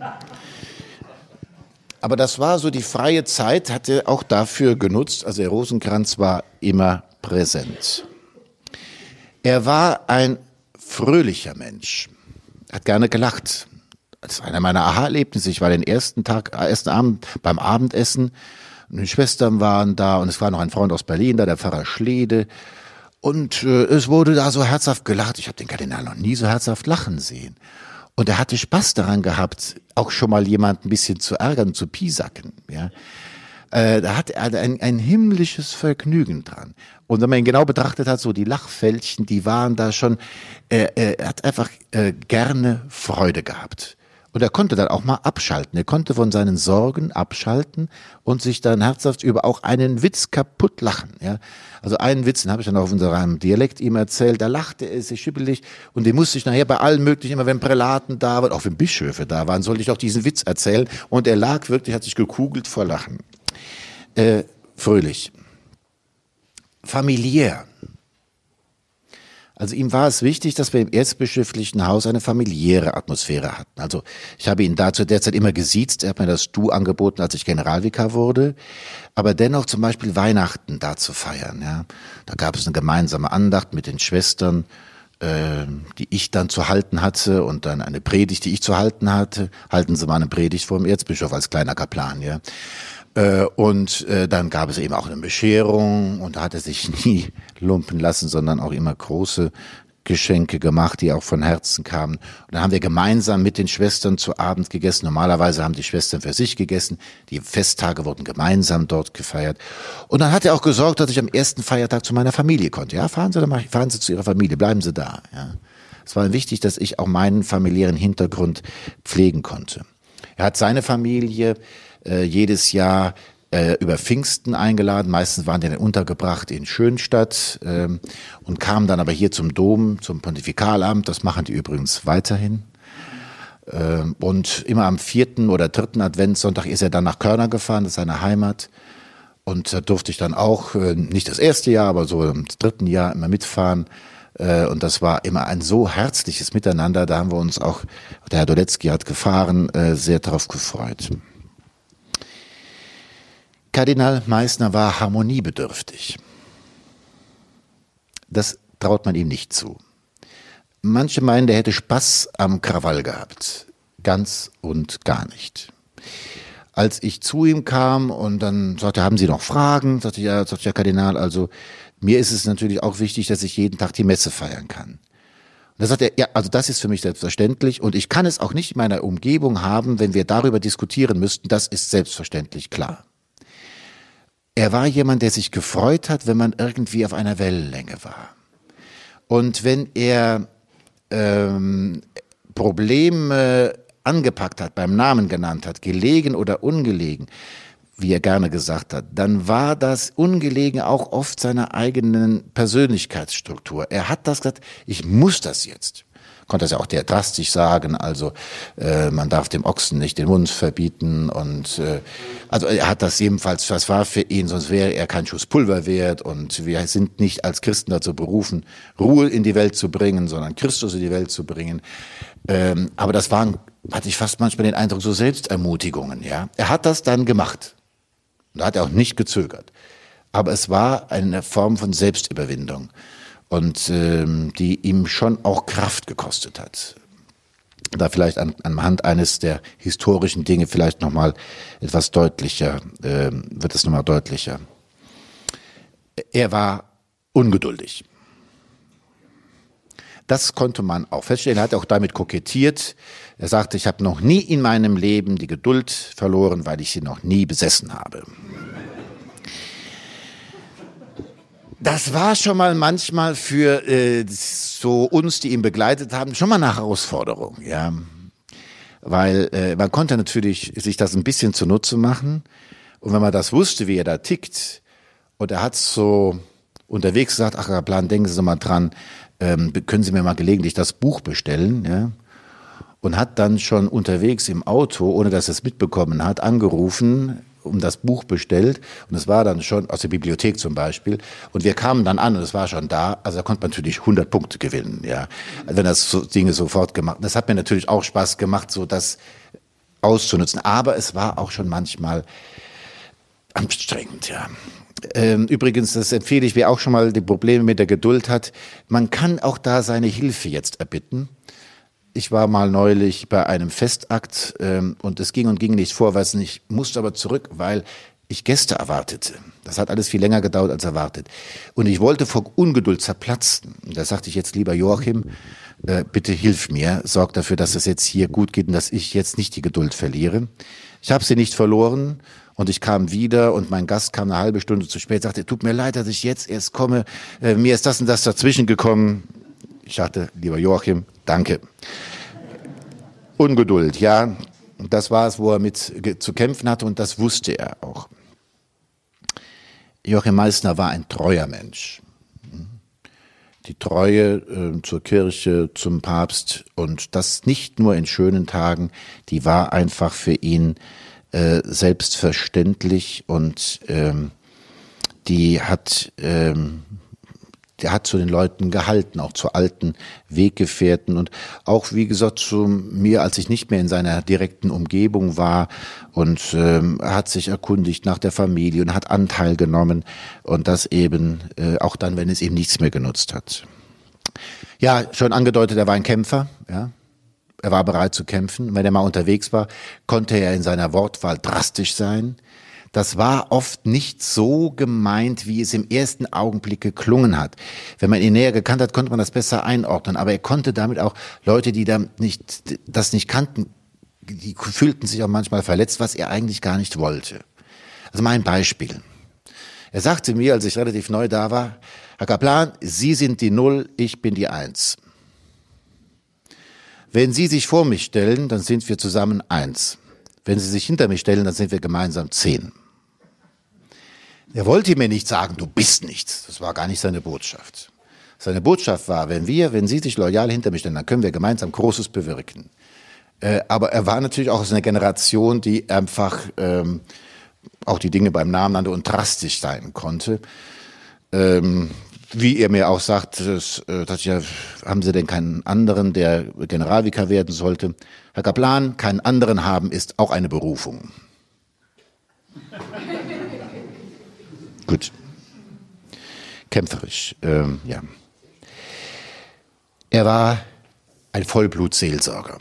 Aber das war so, die freie Zeit hat er auch dafür genutzt, also der Rosenkranz war immer präsent. Er war ein fröhlicher Mensch, hat gerne gelacht. Das war einer meiner Aha-Erlebnisse. Ich war den ersten Tag, ersten Abend beim Abendessen. Und die Schwestern waren da und es war noch ein Freund aus Berlin da, der Pfarrer Schlede. Und äh, es wurde da so herzhaft gelacht. Ich habe den Kardinal noch nie so herzhaft lachen sehen. Und er hatte Spaß daran gehabt, auch schon mal jemanden ein bisschen zu ärgern, zu piesacken. Ja. Äh, da hat er ein, ein himmlisches Vergnügen dran. Und wenn man ihn genau betrachtet hat, so die Lachfältchen, die waren da schon, äh, er hat einfach äh, gerne Freude gehabt. Und er konnte dann auch mal abschalten. Er konnte von seinen Sorgen abschalten und sich dann herzhaft über auch einen Witz kaputt lachen. Ja? Also einen Witz, den habe ich dann auf unserem Dialekt ihm erzählt, da lachte er sich schippelig und den musste ich nachher bei allen möglichen, immer wenn Prälaten da waren, auch wenn Bischöfe da waren, sollte ich auch diesen Witz erzählen. Und er lag wirklich, hat sich gekugelt vor Lachen. Äh, fröhlich. Familiär. Also ihm war es wichtig, dass wir im erzbischöflichen Haus eine familiäre Atmosphäre hatten. Also ich habe ihn da zu der Zeit immer gesiezt, er hat mir das Du angeboten, als ich Generalvikar wurde, aber dennoch zum Beispiel Weihnachten da zu feiern. Ja. Da gab es eine gemeinsame Andacht mit den Schwestern, äh, die ich dann zu halten hatte und dann eine Predigt, die ich zu halten hatte. Halten Sie mal eine Predigt vor dem Erzbischof als kleiner Kaplan, ja. Und äh, dann gab es eben auch eine Bescherung und da hat er sich nie lumpen lassen, sondern auch immer große Geschenke gemacht, die auch von Herzen kamen. Und dann haben wir gemeinsam mit den Schwestern zu Abend gegessen. Normalerweise haben die Schwestern für sich gegessen. Die Festtage wurden gemeinsam dort gefeiert. Und dann hat er auch gesorgt, dass ich am ersten Feiertag zu meiner Familie konnte. Ja, fahren Sie, dann fahren Sie zu Ihrer Familie, bleiben Sie da. Ja. Es war wichtig, dass ich auch meinen familiären Hintergrund pflegen konnte. Er hat seine Familie äh, jedes Jahr äh, über Pfingsten eingeladen. Meistens waren die dann untergebracht in Schönstadt ähm, und kamen dann aber hier zum Dom, zum Pontifikalamt. Das machen die übrigens weiterhin. Ähm, und immer am vierten oder dritten Adventssonntag ist er dann nach Körner gefahren, das ist seine Heimat. Und da durfte ich dann auch, äh, nicht das erste Jahr, aber so im dritten Jahr immer mitfahren. Und das war immer ein so herzliches Miteinander, da haben wir uns auch, der Herr Doletzky hat gefahren, sehr darauf gefreut. Kardinal Meissner war harmoniebedürftig. Das traut man ihm nicht zu. Manche meinen, der hätte Spaß am Krawall gehabt. Ganz und gar nicht. Als ich zu ihm kam und dann sagte, haben Sie noch Fragen? Sagte ich, ja, sagte der Kardinal, also mir ist es natürlich auch wichtig, dass ich jeden Tag die Messe feiern kann. Und da sagt er, ja, also das ist für mich selbstverständlich und ich kann es auch nicht in meiner Umgebung haben, wenn wir darüber diskutieren müssten, das ist selbstverständlich klar. Er war jemand, der sich gefreut hat, wenn man irgendwie auf einer Wellenlänge war. Und wenn er ähm, Probleme angepackt hat, beim Namen genannt hat, gelegen oder ungelegen, wie er gerne gesagt hat, dann war das Ungelegen auch oft seiner eigenen Persönlichkeitsstruktur. Er hat das gesagt, ich muss das jetzt. konnte das ja auch sehr drastisch sagen, also äh, man darf dem Ochsen nicht den Mund verbieten und äh, also er hat das jedenfalls, das war für ihn, sonst wäre er kein Schuss Pulver wert und wir sind nicht als Christen dazu berufen, Ruhe in die Welt zu bringen, sondern Christus in die Welt zu bringen. Ähm, aber das waren, hatte ich fast manchmal den Eindruck, so Selbstermutigungen, ja. Er hat das dann gemacht. Und da hat er auch nicht gezögert. Aber es war eine Form von Selbstüberwindung und ähm, die ihm schon auch Kraft gekostet hat. Da vielleicht an, anhand eines der historischen Dinge vielleicht nochmal etwas deutlicher, äh, wird es nochmal deutlicher. Er war ungeduldig. Das konnte man auch feststellen. Er hat auch damit kokettiert. Er sagte, ich habe noch nie in meinem Leben die Geduld verloren, weil ich sie noch nie besessen habe. Das war schon mal manchmal für äh, so uns, die ihn begleitet haben, schon mal eine Herausforderung, ja, weil äh, man konnte natürlich sich das ein bisschen zunutze machen und wenn man das wusste, wie er da tickt und er hat so unterwegs gesagt, ach Herr Plan, denken Sie mal dran, ähm, können Sie mir mal gelegentlich das Buch bestellen, ja, und hat dann schon unterwegs im Auto, ohne dass er es mitbekommen hat, angerufen, um das Buch bestellt und es war dann schon aus der Bibliothek zum Beispiel und wir kamen dann an und es war schon da, also da konnte man natürlich hundert Punkte gewinnen, ja, also wenn das so Dinge sofort gemacht, das hat mir natürlich auch Spaß gemacht, so das auszunutzen, aber es war auch schon manchmal anstrengend, ja. Ähm, übrigens, das empfehle ich, wer auch schon mal die Probleme mit der Geduld hat, man kann auch da seine Hilfe jetzt erbitten. Ich war mal neulich bei einem Festakt ähm, und es ging und ging nicht vorwärts. Ich musste aber zurück, weil ich Gäste erwartete. Das hat alles viel länger gedauert als erwartet. Und ich wollte vor Ungeduld zerplatzen. Und da sagte ich jetzt, lieber Joachim, äh, bitte hilf mir, sorg dafür, dass es jetzt hier gut geht und dass ich jetzt nicht die Geduld verliere. Ich habe sie nicht verloren und ich kam wieder und mein Gast kam eine halbe Stunde zu spät, sagte, tut mir leid, dass ich jetzt erst komme, äh, mir ist das und das dazwischen gekommen. Ich sagte, lieber Joachim, danke. Ungeduld, ja, das war es, wo er mit zu kämpfen hatte und das wusste er auch. Joachim Meissner war ein treuer Mensch. Die Treue äh, zur Kirche, zum Papst und das nicht nur in schönen Tagen, die war einfach für ihn äh, selbstverständlich und ähm, die hat... Ähm, Der hat zu den Leuten gehalten, auch zu alten Weggefährten und auch, wie gesagt, zu mir, als ich nicht mehr in seiner direkten Umgebung war und ähm, hat sich erkundigt nach der Familie und hat Anteil genommen und das eben äh, auch dann, wenn es ihm nichts mehr genutzt hat. Ja, schon angedeutet, er war ein Kämpfer, ja. Er war bereit zu kämpfen. Wenn er mal unterwegs war, konnte er in seiner Wortwahl drastisch sein. Das war oft nicht so gemeint, wie es im ersten Augenblick geklungen hat. Wenn man ihn näher gekannt hat, konnte man das besser einordnen. Aber er konnte damit auch Leute, die da nicht, das nicht kannten, die fühlten sich auch manchmal verletzt, was er eigentlich gar nicht wollte. Also mein Beispiel. Er sagte mir, als ich relativ neu da war, Herr Kaplan, Sie sind die Null, ich bin die Eins. Wenn Sie sich vor mich stellen, dann sind wir zusammen eins. Wenn Sie sich hinter mich stellen, dann sind wir gemeinsam zehn. Er wollte mir nicht sagen, du bist nichts. Das war gar nicht seine Botschaft. Seine Botschaft war, wenn wir, wenn Sie sich loyal hinter mich stellen, dann können wir gemeinsam Großes bewirken. Äh, aber er war natürlich auch aus einer Generation, die einfach ähm, auch die Dinge beim Namen nannte und drastisch sein konnte. Ähm, wie er mir auch sagt, das, äh, das ja, haben Sie denn keinen anderen, der Generalvikar werden sollte? Herr Kaplan, keinen anderen haben ist auch eine Berufung. Gut. Kämpferisch, ähm, ja. Er war ein Vollblutseelsorger.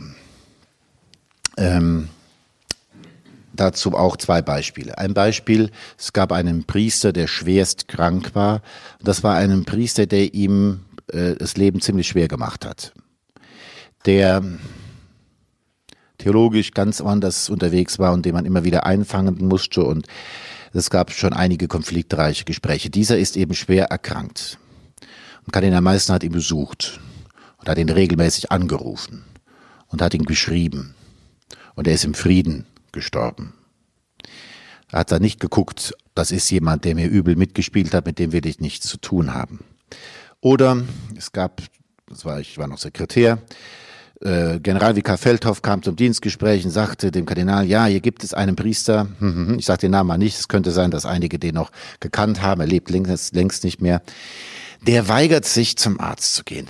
Ähm, dazu auch zwei Beispiele. Ein Beispiel, es gab einen Priester, der schwerst krank war. Das war ein Priester, der ihm äh, das Leben ziemlich schwer gemacht hat. Der theologisch ganz anders unterwegs war und den man immer wieder einfangen musste und es gab schon einige konfliktreiche Gespräche. Dieser ist eben schwer erkrankt und Kardinal Meissner hat ihn besucht und hat ihn regelmäßig angerufen und hat ihn geschrieben und er ist im Frieden gestorben. Er hat da nicht geguckt, das ist jemand, der mir übel mitgespielt hat, mit dem will ich nichts zu tun haben. Oder es gab das war, ich war noch Sekretär. Äh, Generalvikar Feldhoff kam zum Dienstgespräch und sagte dem Kardinal, ja, hier gibt es einen Priester, ich sage den Namen mal nicht, es könnte sein, dass einige den noch gekannt haben, er lebt längst, längst nicht mehr, der weigert sich zum Arzt zu gehen.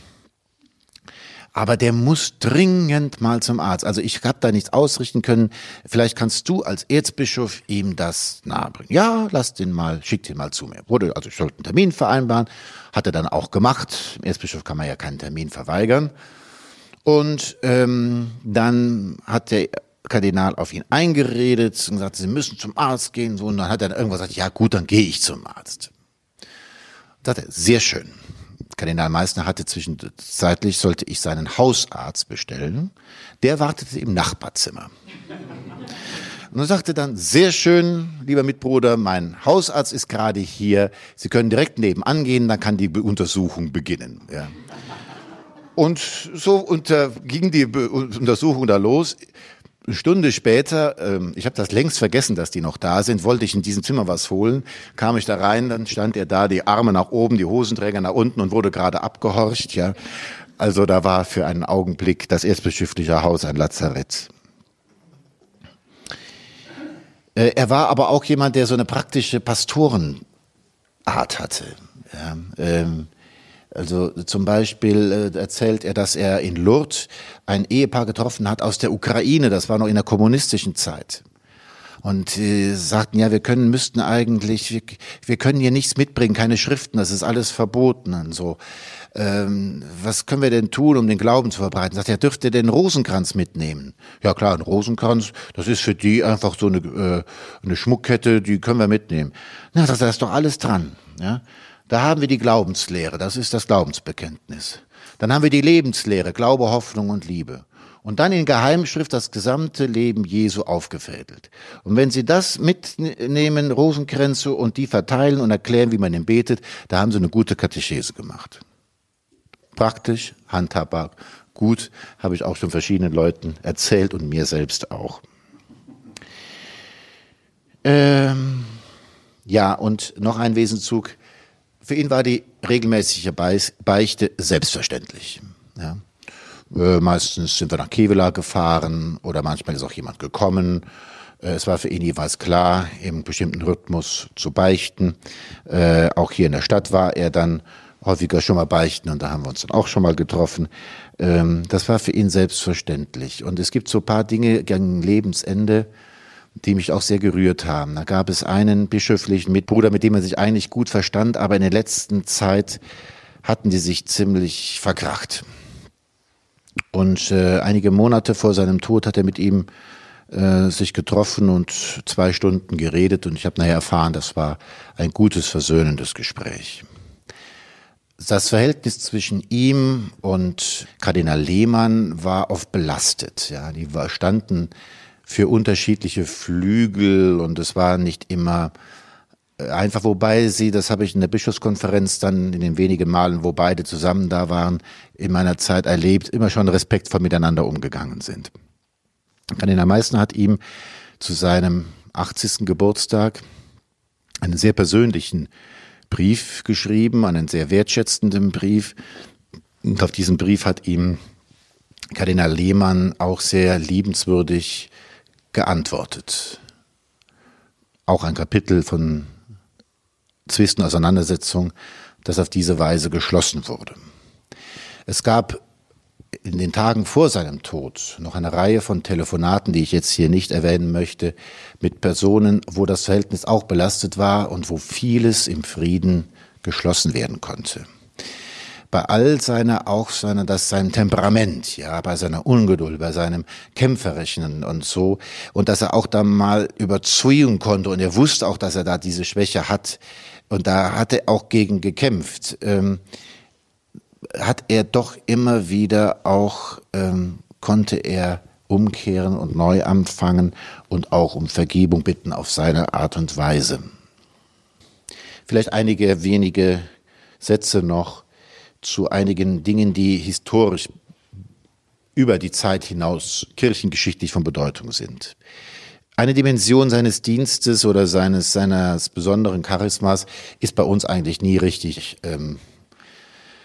Aber der muss dringend mal zum Arzt. Also ich habe da nichts ausrichten können. Vielleicht kannst du als Erzbischof ihm das nahebringen. Ja, lass den mal, schick den mal zu mir. Wurde, also ich sollte einen Termin vereinbaren. Hat er dann auch gemacht. Im Erzbischof kann man ja keinen Termin verweigern. Und ähm, dann hat der Kardinal auf ihn eingeredet und gesagt, sie müssen zum Arzt gehen. So, und dann hat er irgendwas gesagt, ja gut, dann gehe ich zum Arzt. Sagt er, sehr schön. Kardinal Meissner hatte zwischenzeitlich, sollte ich seinen Hausarzt bestellen, der wartete im Nachbarzimmer. Und er sagte dann, sehr schön, lieber Mitbruder, mein Hausarzt ist gerade hier, Sie können direkt nebenan gehen, dann kann die Untersuchung beginnen. Ja. Und so unter, ging die Be- Untersuchung da los. Eine Stunde später, ähm, ich habe das längst vergessen, dass die noch da sind, wollte ich in diesem Zimmer was holen, kam ich da rein, dann stand er da, die Arme nach oben, die Hosenträger nach unten und wurde gerade abgehorcht. Ja, also da war für einen Augenblick das erzbischöfliche Haus ein Lazarett. Äh, er war aber auch jemand, der so eine praktische Pastorenart hatte. Ja, ähm, Also zum Beispiel äh, erzählt er, dass er in Lourdes ein Ehepaar getroffen hat aus der Ukraine, das war noch in der kommunistischen Zeit. Und äh, sagten, ja, wir können, müssten eigentlich, wir, wir können hier nichts mitbringen, keine Schriften, das ist alles verboten und so. Ähm, was können wir denn tun, um den Glauben zu verbreiten? Sagt er, dürft ihr den Rosenkranz mitnehmen? Ja klar, ein Rosenkranz, das ist für die einfach so eine, äh, eine Schmuckkette, die können wir mitnehmen. Na, das, da ist doch alles dran, ja. Da haben wir die Glaubenslehre, das ist das Glaubensbekenntnis. Dann haben wir die Lebenslehre, Glaube, Hoffnung und Liebe. Und dann in Geheimschrift das gesamte Leben Jesu aufgefädelt. Und wenn Sie das mitnehmen, Rosenkränze, und die verteilen und erklären, wie man ihn betet, da haben Sie eine gute Katechese gemacht. Praktisch, handhabbar, gut, habe ich auch schon verschiedenen Leuten erzählt und mir selbst auch. Ähm, ja, und noch ein Wesenszug. Für ihn war die regelmäßige Beichte selbstverständlich. Ja. Äh, meistens sind wir nach Kevela gefahren oder manchmal ist auch jemand gekommen. Äh, es war für ihn jeweils klar, im bestimmten Rhythmus zu beichten. Äh, auch hier in der Stadt war er dann häufiger schon mal beichten und da haben wir uns dann auch schon mal getroffen. Ähm, das war für ihn selbstverständlich. Und es gibt so ein paar Dinge gegen Lebensende, die mich auch sehr gerührt haben. Da gab es einen bischöflichen Mitbruder, mit dem er sich eigentlich gut verstand, aber in der letzten Zeit hatten die sich ziemlich verkracht. Und äh, einige Monate vor seinem Tod hat er mit ihm äh, sich getroffen und zwei Stunden geredet und ich habe nachher erfahren, das war ein gutes, versöhnendes Gespräch. Das Verhältnis zwischen ihm und Kardinal Lehmann war oft belastet. Ja, die war, standen für unterschiedliche Flügel und es war nicht immer einfach, wobei sie, das habe ich in der Bischofskonferenz dann in den wenigen Malen, wo beide zusammen da waren, in meiner Zeit erlebt, immer schon respektvoll miteinander umgegangen sind. Kardinal Meissner hat ihm zu seinem achtzigsten Geburtstag einen sehr persönlichen Brief geschrieben, einen sehr wertschätzenden Brief. Und auf diesen Brief hat ihm Kardinal Lehmann auch sehr liebenswürdig geantwortet. Auch ein Kapitel von Zwist und Auseinandersetzung, das auf diese Weise geschlossen wurde. Es gab in den Tagen vor seinem Tod noch eine Reihe von Telefonaten, die ich jetzt hier nicht erwähnen möchte, mit Personen, wo das Verhältnis auch belastet war und wo vieles im Frieden geschlossen werden konnte. Bei all seiner, auch seiner, das sein Temperament, ja, bei seiner Ungeduld, bei seinem Kämpferischen und so, und dass er auch da mal überziehen konnte und er wusste auch, dass er da diese Schwäche hat und da hat er auch gegen gekämpft, ähm, hat er doch immer wieder auch, ähm, konnte er umkehren und neu anfangen und auch um Vergebung bitten auf seine Art und Weise. Vielleicht einige wenige Sätze noch zu einigen Dingen, die historisch über die Zeit hinaus kirchengeschichtlich von Bedeutung sind. Eine Dimension seines Dienstes oder seines, seines besonderen Charismas ist bei uns eigentlich nie richtig ähm,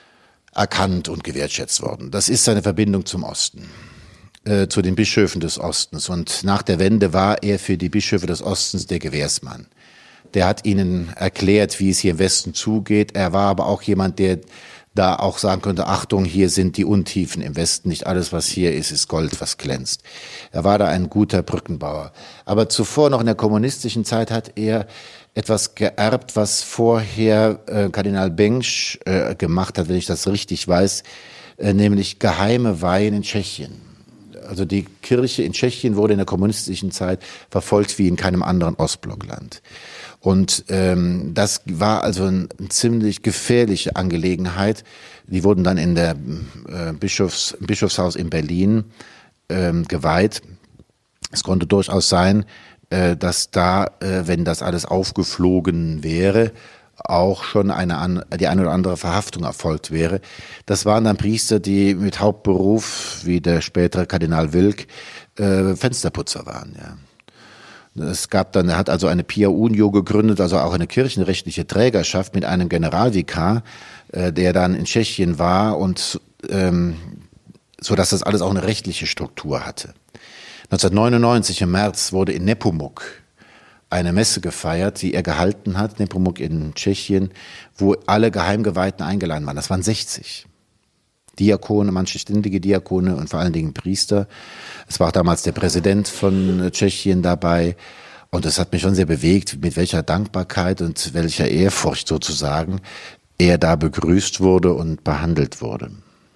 erkannt und gewertschätzt worden. Das ist seine Verbindung zum Osten, äh, zu den Bischöfen des Ostens. Und nach der Wende war er für die Bischöfe des Ostens der Gewährsmann. Der hat ihnen erklärt, wie es hier im Westen zugeht. Er war aber auch jemand, der da auch sagen könnte, Achtung, hier sind die Untiefen im Westen. Nicht alles, was hier ist, ist Gold, was glänzt. Er war da ein guter Brückenbauer. Aber zuvor, noch in der kommunistischen Zeit, hat er etwas geerbt, was vorher äh, Kardinal Bengsch äh, gemacht hat, wenn ich das richtig weiß, äh, nämlich geheime Weihen in Tschechien. Also die Kirche in Tschechien wurde in der kommunistischen Zeit verfolgt wie in keinem anderen Ostblockland. Und ähm, das war also eine ein ziemlich gefährliche Angelegenheit. Die wurden dann in der äh, Bischofs, im Bischofshaus in Berlin ähm, geweiht. Es konnte durchaus sein, äh, dass da, äh, wenn das alles aufgeflogen wäre, auch schon eine an, die eine oder andere Verhaftung erfolgt wäre. Das waren dann Priester, die mit Hauptberuf, wie der spätere Kardinal Wilk, äh, Fensterputzer waren, ja. Es gab dann, er hat also eine Pia Unio gegründet, also auch eine kirchenrechtliche Trägerschaft mit einem Generalvikar, äh, der dann in Tschechien war und ähm, so dass das alles auch eine rechtliche Struktur hatte. neunzehnhundertneunundneunzig im März wurde in Nepomuk eine Messe gefeiert, die er gehalten hat, Nepomuk in Tschechien, wo alle Geheimgeweihten eingeladen waren. Das waren sechzig. Diakone, manche ständige Diakone und vor allen Dingen Priester. Es war auch damals der Präsident von Tschechien dabei. Und das hat mich schon sehr bewegt, mit welcher Dankbarkeit und welcher Ehrfurcht sozusagen er da begrüßt wurde und behandelt wurde.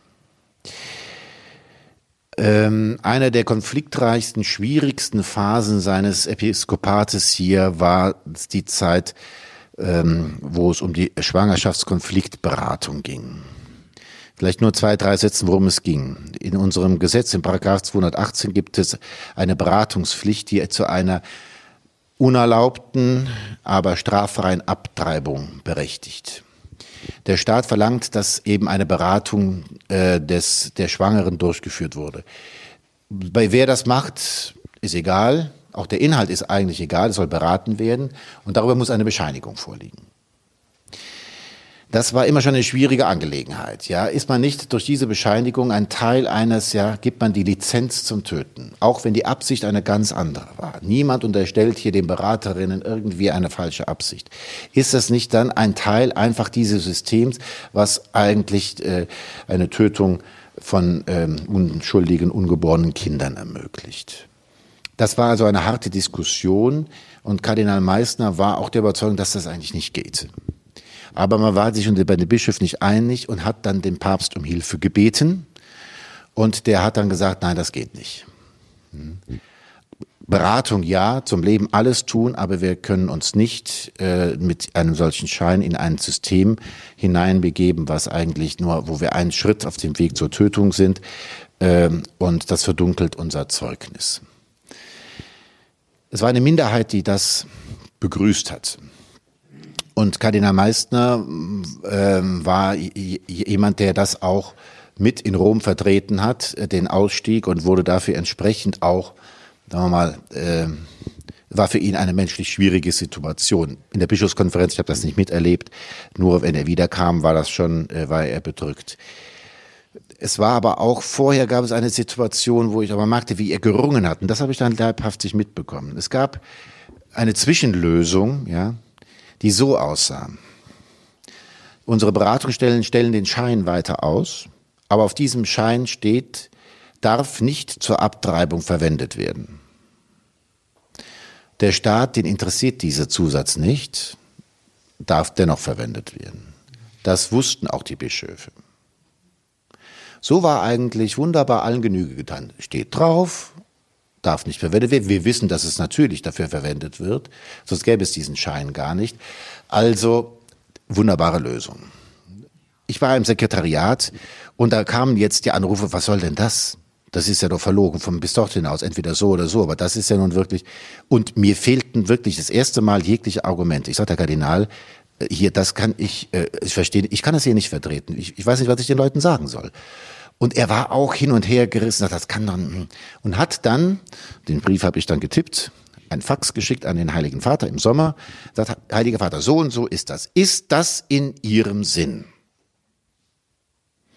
Ähm, einer der konfliktreichsten, schwierigsten Phasen seines Episkopates hier war die Zeit, ähm, wo es um die Schwangerschaftskonfliktberatung ging. Vielleicht nur zwei, drei Sätzen, worum es ging. In unserem Gesetz, in Paragraph zweihundertachtzehn, gibt es eine Beratungspflicht, die zu einer unerlaubten, aber straffreien Abtreibung berechtigt. Der Staat verlangt, dass eben eine Beratung äh, des, der Schwangeren durchgeführt wurde. Bei wer das macht, ist egal. Auch der Inhalt ist eigentlich egal, es soll beraten werden. Und darüber muss eine Bescheinigung vorliegen. Das war immer schon eine schwierige Angelegenheit. Ja, ist man nicht durch diese Bescheinigung ein Teil eines, ja, gibt man die Lizenz zum Töten, auch wenn die Absicht eine ganz andere war. Niemand unterstellt hier den Beraterinnen irgendwie eine falsche Absicht. Ist das nicht dann ein Teil einfach dieses Systems, was eigentlich äh, eine Tötung von ähm, unschuldigen, ungeborenen Kindern ermöglicht? Das war also eine harte Diskussion und Kardinal Meissner war auch der Überzeugung, dass das eigentlich nicht geht. Aber man war sich bei den Bischöfen nicht einig und hat dann den Papst um Hilfe gebeten. Und der hat dann gesagt, nein, das geht nicht. Beratung ja, zum Leben alles tun, aber wir können uns nicht äh, mit einem solchen Schein in ein System hineinbegeben, was eigentlich nur, wo wir einen Schritt auf dem Weg zur Tötung sind. Äh, und das verdunkelt unser Zeugnis. Es war eine Minderheit, die das begrüßt hat. Und Kardinal Meissner äh, war jemand, der das auch mit in Rom vertreten hat, den Ausstieg, und wurde dafür entsprechend auch, sagen wir mal, äh, war für ihn eine menschlich schwierige Situation. In der Bischofskonferenz, ich habe das nicht miterlebt, nur wenn er wiederkam, war das schon, äh, war er bedrückt. Es war aber auch, vorher gab es eine Situation, wo ich aber merkte, wie er gerungen hat. Und das habe ich dann leibhaftig mitbekommen. Es gab eine Zwischenlösung, ja, die so aussah. Unsere Beratungsstellen stellen den Schein weiter aus, aber auf diesem Schein steht, darf nicht zur Abtreibung verwendet werden. Der Staat, den interessiert dieser Zusatz nicht, darf dennoch verwendet werden. Das wussten auch die Bischöfe. So war eigentlich wunderbar allen Genüge getan. Steht drauf, darf nicht verwendet werden. Wir wissen, dass es natürlich dafür verwendet wird, sonst gäbe es diesen Schein gar nicht. Also wunderbare Lösung. Ich war im Sekretariat und da kamen jetzt die Anrufe, was soll denn das? Das ist ja doch verlogen vom bis dorthin aus, entweder so oder so, aber das ist ja nun wirklich, und mir fehlten wirklich das erste Mal jegliche Argumente. Ich sagte, Herr Kardinal, hier, das kann ich, äh, ich verstehe, ich kann das hier nicht vertreten. Ich, ich weiß nicht, was ich den Leuten sagen soll. Und er war auch hin und her gerissen, das kann dann, und hat dann, den Brief habe ich dann getippt, ein Fax geschickt an den Heiligen Vater im Sommer, sagt, Heiliger Vater, so und so ist das. Ist das in Ihrem Sinn?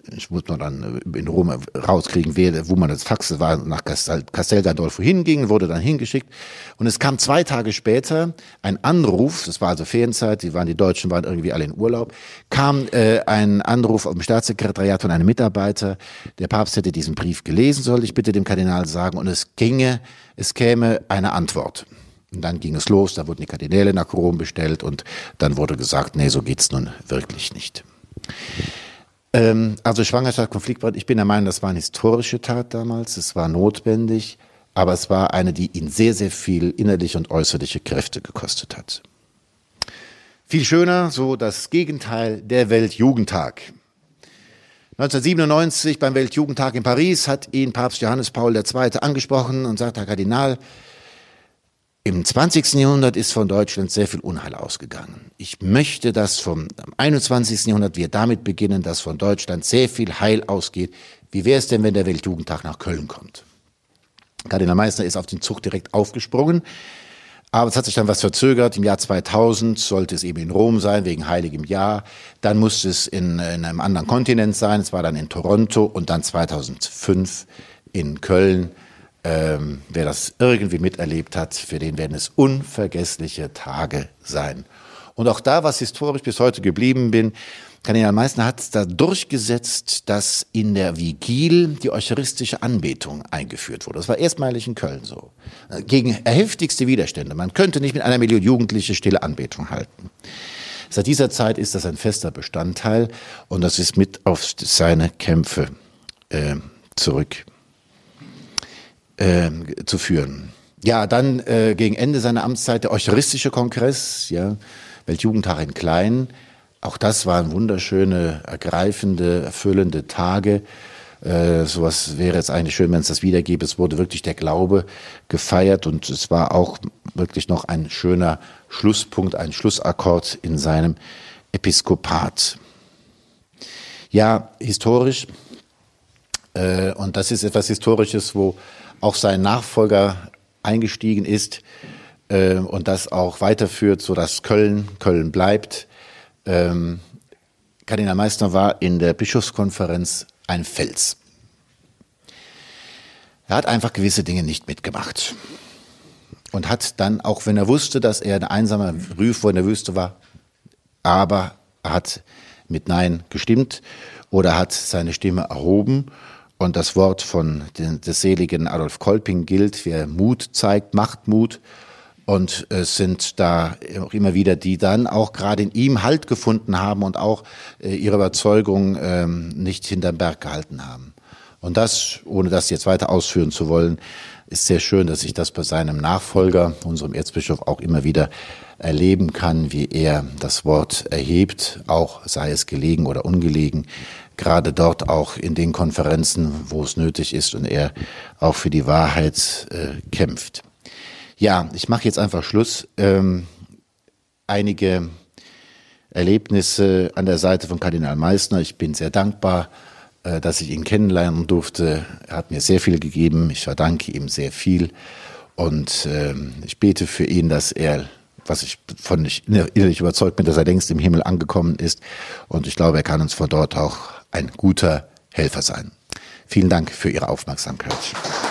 ich muss noch dann in Rom rauskriegen, wer, wo man das Fax war, nach Castel, Castel Gandolfo hinging, wurde dann hingeschickt. Und es kam zwei Tage später ein Anruf, das war also Ferienzeit, die waren, die Deutschen waren irgendwie alle in Urlaub, kam äh, ein Anruf auf dem Staatssekretariat von einem Mitarbeiter, der Papst hätte diesen Brief gelesen, soll ich bitte dem Kardinal sagen, und es ginge, es käme eine Antwort. Und dann ging es los, da wurden die Kardinäle nach Rom bestellt und dann wurde gesagt, nee, so geht's nun wirklich nicht. Ähm, also Schwangerschaft, Konfliktbrand, ich bin der Meinung, das war eine historische Tat damals, es war notwendig, aber es war eine, die ihn sehr, sehr viel innerliche und äußerliche Kräfte gekostet hat. Viel schöner, so das Gegenteil, der Weltjugendtag. neunzehnhundertsiebenundneunzig beim Weltjugendtag in Paris hat ihn Papst Johannes Paul der Zweite angesprochen und sagt, Herr Kardinal, im zwanzigsten Jahrhundert ist von Deutschland sehr viel Unheil ausgegangen. Ich möchte, dass vom einundzwanzigsten Jahrhundert wir damit beginnen, dass von Deutschland sehr viel Heil ausgeht. Wie wäre es denn, wenn der Weltjugendtag nach Köln kommt? Kardinal Meissner ist auf den Zug direkt aufgesprungen, aber es hat sich dann was verzögert. Im Jahr zweitausend sollte es eben in Rom sein, wegen Heiligem Jahr. Dann musste es in, in einem anderen Kontinent sein, es war dann in Toronto und dann zweitausendfünf in Köln. Ähm, wer das irgendwie miterlebt hat, für den werden es unvergessliche Tage sein. Und auch da, was historisch bis heute geblieben bin, Kardinal Meissner hat da durchgesetzt, dass in der Vigil die eucharistische Anbetung eingeführt wurde. Das war erstmalig in Köln so. Gegen heftigste Widerstände. Man könnte nicht mit einer Million Jugendliche stille Anbetung halten. Seit dieser Zeit ist das ein fester Bestandteil und das ist mit auf seine Kämpfe äh, zurück äh, zu führen. Ja, dann äh, gegen Ende seiner Amtszeit der Eucharistische Kongress, ja, Weltjugendtag in Klein. Auch das waren wunderschöne, ergreifende, erfüllende Tage. Äh, sowas wäre jetzt eigentlich schön, wenn es das wiedergäbe. Es wurde wirklich der Glaube gefeiert und es war auch wirklich noch ein schöner Schlusspunkt, ein Schlussakkord in seinem Episkopat. Ja, historisch, äh, und das ist etwas Historisches, wo auch sein Nachfolger eingestiegen ist äh, und das auch weiterführt, sodass Köln Köln bleibt. Ähm, Kardinal Meissner war in der Bischofskonferenz ein Fels. Er hat einfach gewisse Dinge nicht mitgemacht und hat dann, auch wenn er wusste, dass er ein einsamer Rüfer in der Wüste war, aber er hat mit Nein gestimmt oder hat seine Stimme erhoben. Und das Wort von den, des seligen Adolf Kolping gilt, wer Mut zeigt, macht Mut. Und es sind da auch immer wieder, die dann auch gerade in ihm Halt gefunden haben und auch äh, ihre Überzeugung ähm, nicht hinterm Berg gehalten haben. Und das, ohne das jetzt weiter ausführen zu wollen, ist sehr schön, dass ich das bei seinem Nachfolger, unserem Erzbischof, auch immer wieder erleben kann, wie er das Wort erhebt, auch sei es gelegen oder ungelegen, gerade dort auch in den Konferenzen, wo es nötig ist und er auch für die Wahrheit äh, kämpft. Ja, ich mache jetzt einfach Schluss. Ähm, einige Erlebnisse an der Seite von Kardinal Meissner. Ich bin sehr dankbar, äh, dass ich ihn kennenlernen durfte. Er hat mir sehr viel gegeben. Ich verdanke ihm sehr viel. Und äh, ich bete für ihn, dass er, was ich von ich innerlich überzeugt bin, dass er längst im Himmel angekommen ist. Und ich glaube, er kann uns von dort auch ein guter Helfer sein. Vielen Dank für Ihre Aufmerksamkeit.